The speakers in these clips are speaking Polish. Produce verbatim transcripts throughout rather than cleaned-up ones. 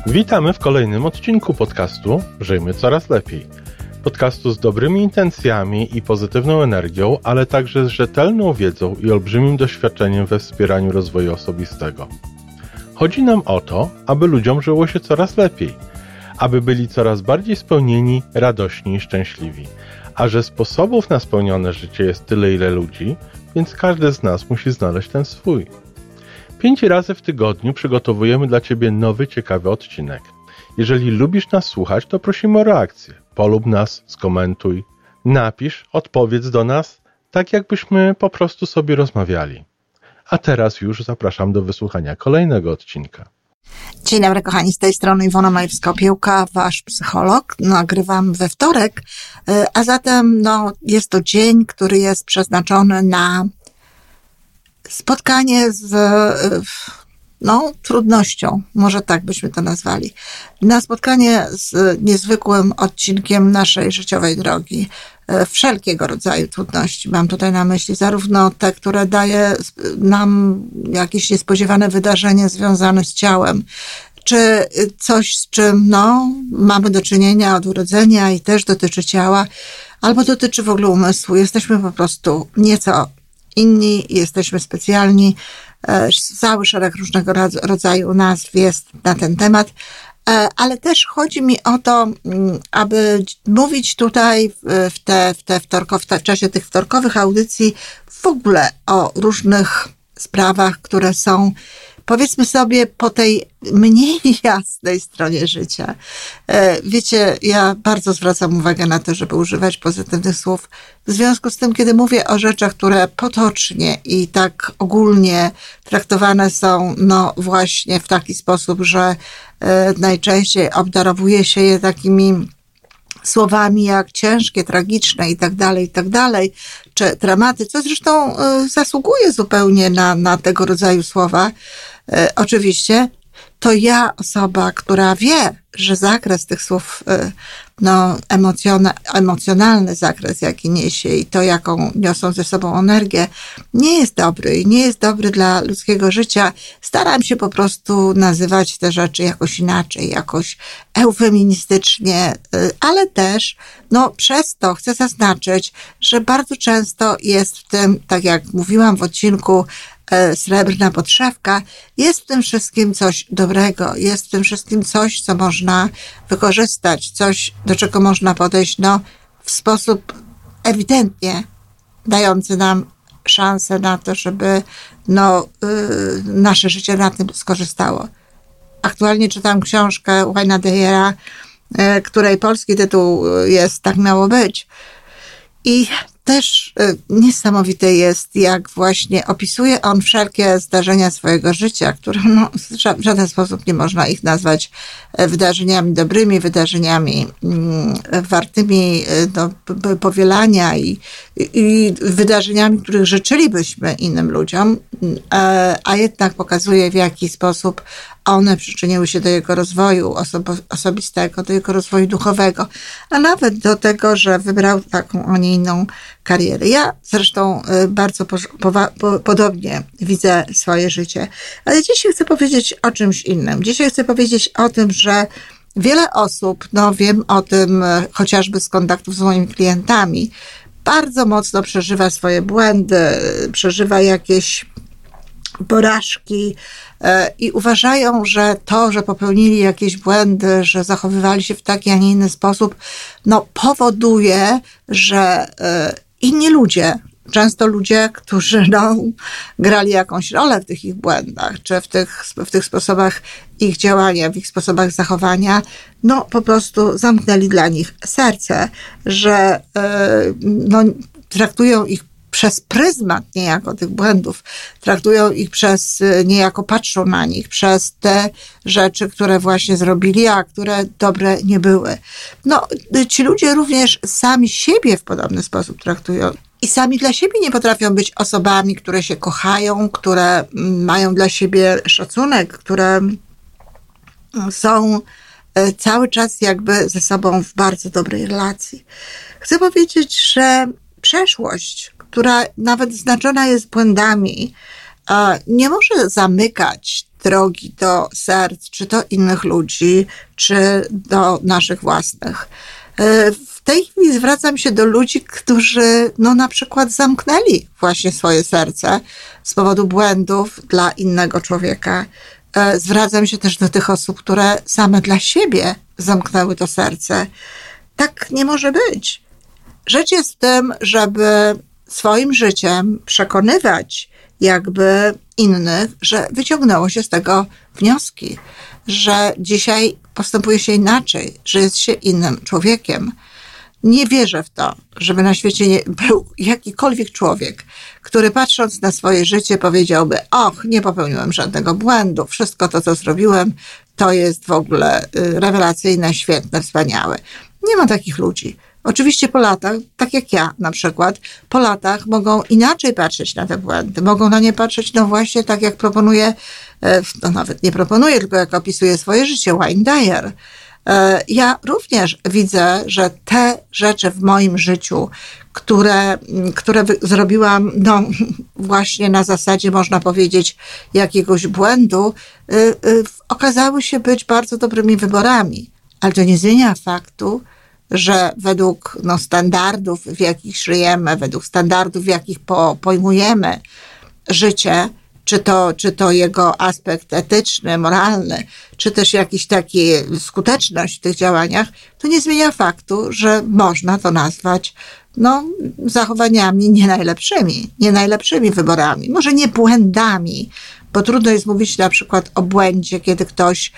Witamy w kolejnym odcinku podcastu Żyjmy Coraz Lepiej. Podcastu z dobrymi intencjami i pozytywną energią, ale także z rzetelną wiedzą i olbrzymim doświadczeniem we wspieraniu rozwoju osobistego. Chodzi nam o to, aby ludziom żyło się coraz lepiej, aby byli coraz bardziej spełnieni, radośni i szczęśliwi. A że sposobów na spełnione życie jest tyle, ile ludzi, więc każdy z nas musi znaleźć ten swój. Pięć razy w tygodniu przygotowujemy dla Ciebie nowy, ciekawy odcinek. Jeżeli lubisz nas słuchać, to prosimy o reakcję. Polub nas, skomentuj, napisz, odpowiedz do nas, tak jakbyśmy po prostu sobie rozmawiali. A teraz już zapraszam do wysłuchania kolejnego odcinka. Dzień dobry kochani, z tej strony Iwona Majewska-Opiełka, wasz psycholog. Nagrywam we wtorek, a zatem no, jest to dzień, który jest przeznaczony na spotkanie z no, trudnością, może tak byśmy to nazwali. Na spotkanie z niezwykłym odcinkiem naszej życiowej drogi. Wszelkiego rodzaju trudności. Mam tutaj na myśli zarówno te, które daje nam jakieś niespodziewane wydarzenie związane z ciałem, czy coś, z czym no, mamy do czynienia od urodzenia i też dotyczy ciała, albo dotyczy w ogóle umysłu. Jesteśmy po prostu nieco inni, jesteśmy specjalni. Cały szereg różnego rodzaju nazw jest na ten temat. Ale też chodzi mi o to, aby mówić tutaj w, te, w, te wtorko, w, te, w czasie tych wtorkowych audycji w ogóle o różnych sprawach, które są, powiedzmy sobie, po tej mniej jasnej stronie życia. Wiecie, ja bardzo zwracam uwagę na to, żeby używać pozytywnych słów. W związku z tym, kiedy mówię o rzeczach, które potocznie i tak ogólnie traktowane są, no właśnie w taki sposób, że najczęściej obdarowuje się je takimi słowami jak ciężkie, tragiczne i tak dalej, i tak dalej, czy dramaty, co zresztą zasługuje zupełnie na, na tego rodzaju słowa. Oczywiście to ja, osoba, która wie, że zakres tych słów, no, emocjona, emocjonalny zakres, jaki niesie i to, jaką niosą ze sobą energię, nie jest dobry i nie jest dobry dla ludzkiego życia. Staram się po prostu nazywać te rzeczy jakoś inaczej, jakoś eufemistycznie, ale też, no, przez to chcę zaznaczyć, że bardzo często jest w tym, tak jak mówiłam w odcinku Srebrna podszewka, jest w tym wszystkim coś dobrego, jest w tym wszystkim coś, co można wykorzystać, coś, do czego można podejść, no, w sposób ewidentnie dający nam szansę na to, żeby, no, yy, nasze życie na tym skorzystało. Aktualnie czytam książkę Wayne'a Dyera, yy, której polski tytuł jest Tak miało być. I też niesamowite jest, jak właśnie opisuje on wszelkie zdarzenia swojego życia, które no, w żaden sposób nie można ich nazwać wydarzeniami dobrymi, wydarzeniami wartymi no, powielania i, i wydarzeniami, których życzylibyśmy innym ludziom, a jednak pokazuje, w jaki sposób one przyczyniły się do jego rozwoju osobo- osobistego, do jego rozwoju duchowego, a nawet do tego, że wybrał taką, a nie inną karierę. Ja zresztą bardzo po- po- podobnie widzę swoje życie, ale dzisiaj chcę powiedzieć o czymś innym. Dzisiaj chcę powiedzieć o tym, że wiele osób, no wiem o tym chociażby z kontaktów z moimi klientami, bardzo mocno przeżywa swoje błędy, przeżywa jakieś porażki i uważają, że to, że popełnili jakieś błędy, że zachowywali się w taki, a nie inny sposób, no powoduje, że inni ludzie, często ludzie, którzy no, grali jakąś rolę w tych ich błędach, czy w tych, w tych sposobach ich działania, w ich sposobach zachowania, no po prostu zamknęli dla nich serce, że no, traktują ich przez pryzmat niejako tych błędów, traktują ich przez, niejako patrzą na nich, przez te rzeczy, które właśnie zrobili, a które dobre nie były. No, ci ludzie również sami siebie w podobny sposób traktują i sami dla siebie nie potrafią być osobami, które się kochają, które mają dla siebie szacunek, które są cały czas jakby ze sobą w bardzo dobrej relacji. Chcę powiedzieć, że przeszłość, która nawet znaczona jest błędami, nie może zamykać drogi do serc, czy do innych ludzi, czy do naszych własnych. W tej chwili zwracam się do ludzi, którzy no na przykład zamknęli właśnie swoje serce z powodu błędów dla innego człowieka. Zwracam się też do tych osób, które same dla siebie zamknęły to serce. Tak nie może być. Rzecz jest w tym, żeby swoim życiem przekonywać jakby innych, że wyciągnęło się z tego wnioski, że dzisiaj postępuje się inaczej, że jest się innym człowiekiem. Nie wierzę w to, żeby na świecie nie był jakikolwiek człowiek, który patrząc na swoje życie powiedziałby: och, nie popełniłem żadnego błędu, wszystko to, co zrobiłem, to jest w ogóle rewelacyjne, świetne, wspaniałe. Nie ma takich ludzi. Oczywiście po latach, tak jak ja na przykład, po latach mogą inaczej patrzeć na te błędy. Mogą na nie patrzeć, no właśnie tak jak proponuje, no nawet nie proponuje, tylko jak opisuje swoje życie Wayne Dyer. Ja również widzę, że te rzeczy w moim życiu, które, które zrobiłam, no właśnie na zasadzie, można powiedzieć, jakiegoś błędu, okazały się być bardzo dobrymi wyborami. Ale to nie zmienia faktu, że według no, standardów, w jakich żyjemy, według standardów, w jakich po, pojmujemy życie, czy to, czy to jego aspekt etyczny, moralny, czy też jakiś taki skuteczność w tych działaniach, to nie zmienia faktu, że można to nazwać no, zachowaniami nie najlepszymi, nie najlepszymi wyborami. Może nie błędami, bo trudno jest mówić na przykład o błędzie, kiedy ktoś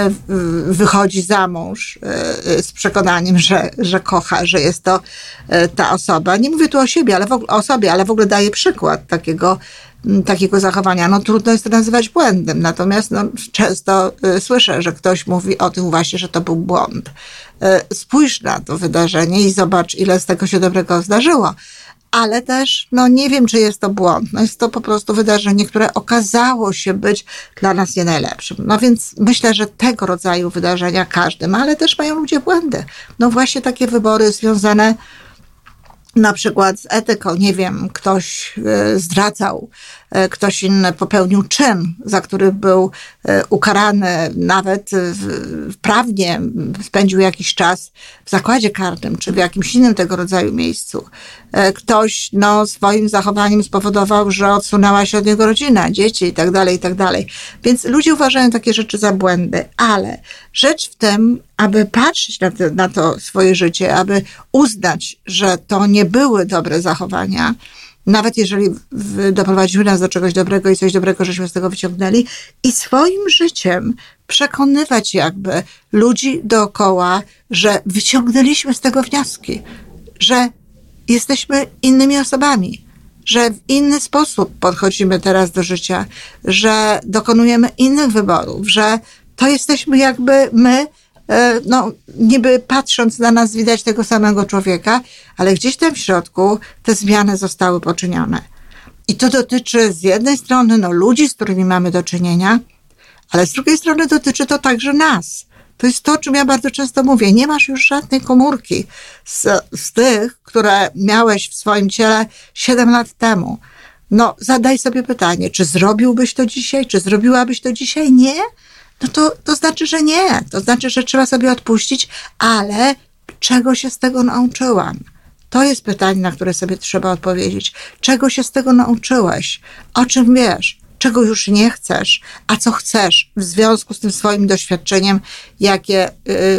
wychodzi za mąż z przekonaniem, że, że kocha, że jest to ta osoba. Nie mówię tu o siebie, ale w ogóle, o sobie, ale w ogóle daję przykład takiego, takiego zachowania. No trudno jest to nazywać błędem, natomiast no, często słyszę, że ktoś mówi o tym właśnie, że to był błąd. Spójrz na to wydarzenie i zobacz, ile z tego się dobrego zdarzyło. Ale też, no nie wiem, czy jest to błąd. No jest to po prostu wydarzenie, które okazało się być dla nas nie najlepszym. No więc myślę, że tego rodzaju wydarzenia każdy ma, ale też mają ludzie błędy. No właśnie takie wybory związane na przykład z etyką, nie wiem, ktoś zdradzał, ktoś inny popełnił czyn, za który był ukarany, nawet prawnie spędził jakiś czas w zakładzie karnym, czy w jakimś innym tego rodzaju miejscu. Ktoś no, swoim zachowaniem spowodował, że odsunęła się od niego rodzina, dzieci i tak dalej, i tak dalej. Więc ludzie uważają takie rzeczy za błędy, ale rzecz w tym, aby patrzeć na, te, na to swoje życie, aby uznać, że to nie były dobre zachowania, nawet jeżeli doprowadziły nas do czegoś dobrego i coś dobrego żeśmy z tego wyciągnęli, i swoim życiem przekonywać jakby ludzi dookoła, że wyciągnęliśmy z tego wnioski, że jesteśmy innymi osobami, że w inny sposób podchodzimy teraz do życia, że dokonujemy innych wyborów, że to jesteśmy jakby my, no niby patrząc na nas widać tego samego człowieka, ale gdzieś tam w środku te zmiany zostały poczynione. I to dotyczy z jednej strony no, ludzi, z którymi mamy do czynienia, ale z drugiej strony dotyczy to także nas. To jest to, o czym ja bardzo często mówię. Nie masz już żadnej komórki z, z tych, które miałeś w swoim ciele siedem lat temu. No zadaj sobie pytanie, czy zrobiłbyś to dzisiaj, czy zrobiłabyś to dzisiaj? Nie? No to, to znaczy, że nie. To znaczy, że trzeba sobie odpuścić, ale czego się z tego nauczyłam? To jest pytanie, na które sobie trzeba odpowiedzieć. Czego się z tego nauczyłeś? O czym wiesz? Czego już nie chcesz? A co chcesz w związku z tym swoim doświadczeniem, jakie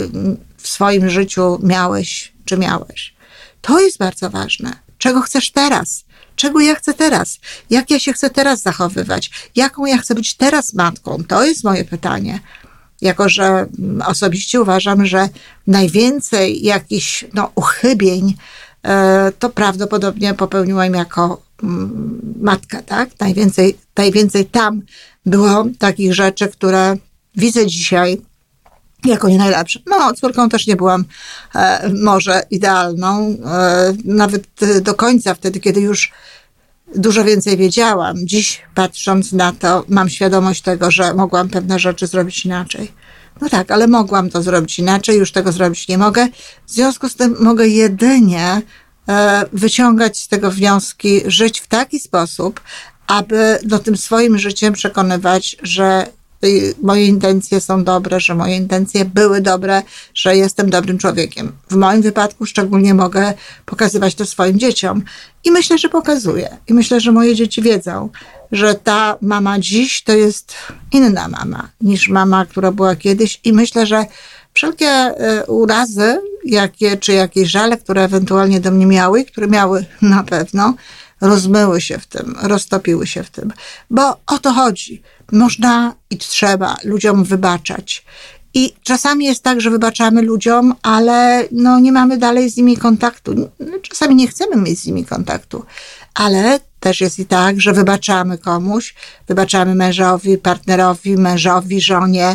w swoim życiu miałeś, czy miałeś? To jest bardzo ważne. Czego chcesz teraz? Czego ja chcę teraz? Jak ja się chcę teraz zachowywać? Jaką ja chcę być teraz matką? To jest moje pytanie. Jako że osobiście uważam, że najwięcej jakichś no, uchybień e, to prawdopodobnie popełniłam jako mm, matka, tak? Najwięcej, najwięcej tam było takich rzeczy, które widzę dzisiaj jako nie najlepsze. No, córką też nie byłam e, może idealną, e, nawet do końca, wtedy, kiedy już dużo więcej wiedziałam. Dziś, patrząc na to, mam świadomość tego, że mogłam pewne rzeczy zrobić inaczej. No tak, ale mogłam to zrobić inaczej, już tego zrobić nie mogę. W związku z tym mogę jedynie e, wyciągać z tego wnioski, żyć w taki sposób, aby no, tym swoim życiem przekonywać, że moje intencje są dobre, że moje intencje były dobre, że jestem dobrym człowiekiem. W moim wypadku szczególnie mogę pokazywać to swoim dzieciom. I myślę, że pokazuję. I myślę, że moje dzieci wiedzą, że ta mama dziś to jest inna mama niż mama, która była kiedyś. I myślę, że wszelkie urazy, jakie, czy jakieś żale, które ewentualnie do mnie miały, które miały na pewno, rozmyły się w tym, roztopiły się w tym. Bo o to chodzi. Można i trzeba ludziom wybaczać. I czasami jest tak, że wybaczamy ludziom, ale no nie mamy dalej z nimi kontaktu. Czasami nie chcemy mieć z nimi kontaktu. Ale też jest i tak, że wybaczamy komuś, wybaczamy mężowi, partnerowi, mężowi, żonie,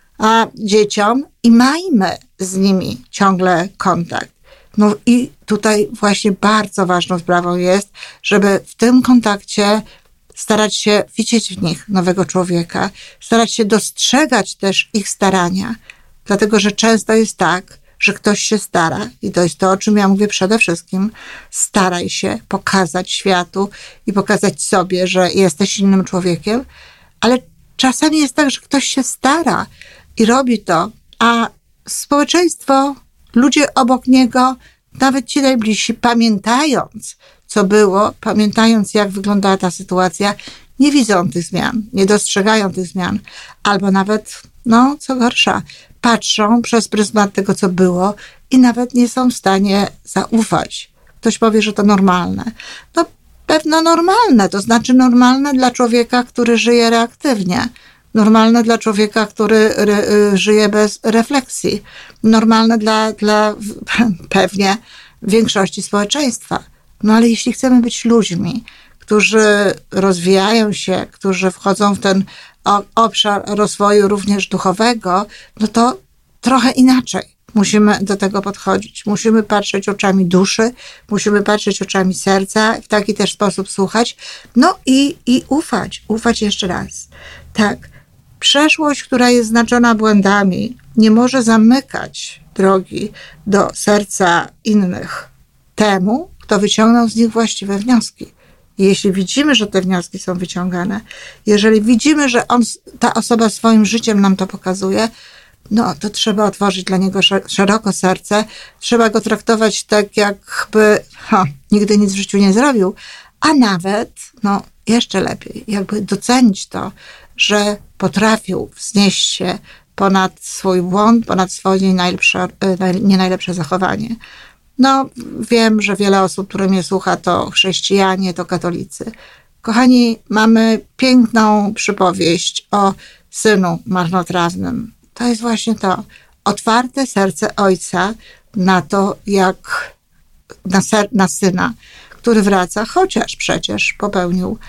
a dzieciom i majmy z nimi ciągle kontakt. No i tutaj właśnie bardzo ważną sprawą jest, żeby w tym kontakcie starać się widzieć w nich nowego człowieka, starać się dostrzegać też ich starania, dlatego że często jest tak, że ktoś się stara i to jest to, o czym ja mówię przede wszystkim, staraj się pokazać światu i pokazać sobie, że jesteś innym człowiekiem, ale czasami jest tak, że ktoś się stara i robi to, a społeczeństwo, ludzie obok niego, nawet ci najbliżsi, pamiętając, co było, pamiętając, jak wyglądała ta sytuacja, nie widzą tych zmian, nie dostrzegają tych zmian, albo nawet, no, co gorsza, patrzą przez pryzmat tego, co było i nawet nie są w stanie zaufać. Ktoś powie, że to normalne. No, pewno normalne, to znaczy normalne dla człowieka, który żyje reaktywnie. Normalne dla człowieka, który re, żyje bez refleksji. Normalne dla, dla pewnie większości społeczeństwa. No ale jeśli chcemy być ludźmi, którzy rozwijają się, którzy wchodzą w ten obszar rozwoju również duchowego, no to trochę inaczej musimy do tego podchodzić. Musimy patrzeć oczami duszy, musimy patrzeć oczami serca, w taki też sposób słuchać, no i, i ufać, ufać jeszcze raz. Tak, przeszłość, która jest znaczona błędami, nie może zamykać drogi do serca innych temu, kto wyciągnął z nich właściwe wnioski. I jeśli widzimy, że te wnioski są wyciągane, jeżeli widzimy, że on, ta osoba swoim życiem nam to pokazuje, no to trzeba otworzyć dla niego szeroko serce, trzeba go traktować tak, jakby ha, nigdy nic w życiu nie zrobił, a nawet, no jeszcze lepiej, jakby docenić to, że potrafił wznieść się ponad swój błąd, ponad swoje nie najlepsze, nie najlepsze zachowanie. No, wiem, że wiele osób, które mnie słucha, to chrześcijanie, to katolicy. Kochani, mamy piękną przypowieść o synu marnotrawnym. To jest właśnie to. Otwarte serce ojca na to, jak na, ser- na syna, który wraca, chociaż przecież popełnił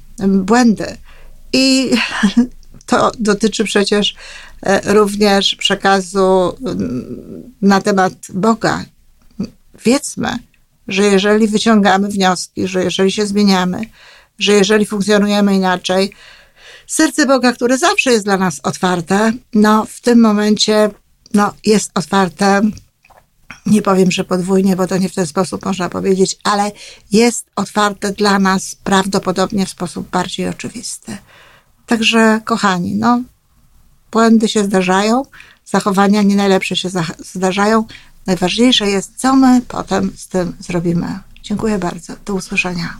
błędy. I to dotyczy przecież również przekazu na temat Boga. Wiedzmy, że jeżeli wyciągamy wnioski, że jeżeli się zmieniamy, że jeżeli funkcjonujemy inaczej, serce Boga, które zawsze jest dla nas otwarte, no w tym momencie no, jest otwarte, nie powiem, że podwójnie, bo to nie w ten sposób można powiedzieć, ale jest otwarte dla nas prawdopodobnie w sposób bardziej oczywisty. Także kochani, no błędy się zdarzają, zachowania nie najlepsze się zdarzają. Najważniejsze jest, co my potem z tym zrobimy. Dziękuję bardzo. Do usłyszenia.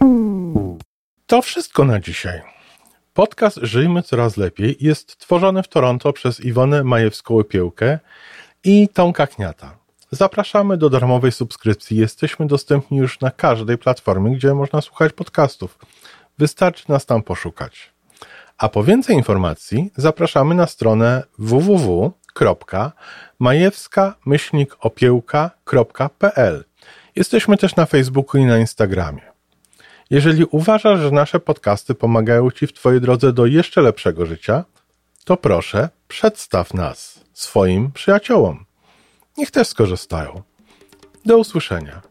To wszystko na dzisiaj. Podcast Żyjmy Coraz Lepiej jest tworzony w Toronto przez Iwonę Majewską-Opiełkę i Tomka Kniata. Zapraszamy do darmowej subskrypcji. Jesteśmy dostępni już na każdej platformie, gdzie można słuchać podcastów. Wystarczy nas tam poszukać. A po więcej informacji zapraszamy na stronę w w w kropka majewska myślnik opiełka kropka p l. Jesteśmy też na Facebooku i na Instagramie. Jeżeli uważasz, że nasze podcasty pomagają Ci w Twojej drodze do jeszcze lepszego życia, to proszę, przedstaw nas swoim przyjaciołom. Niech też skorzystają. Do usłyszenia.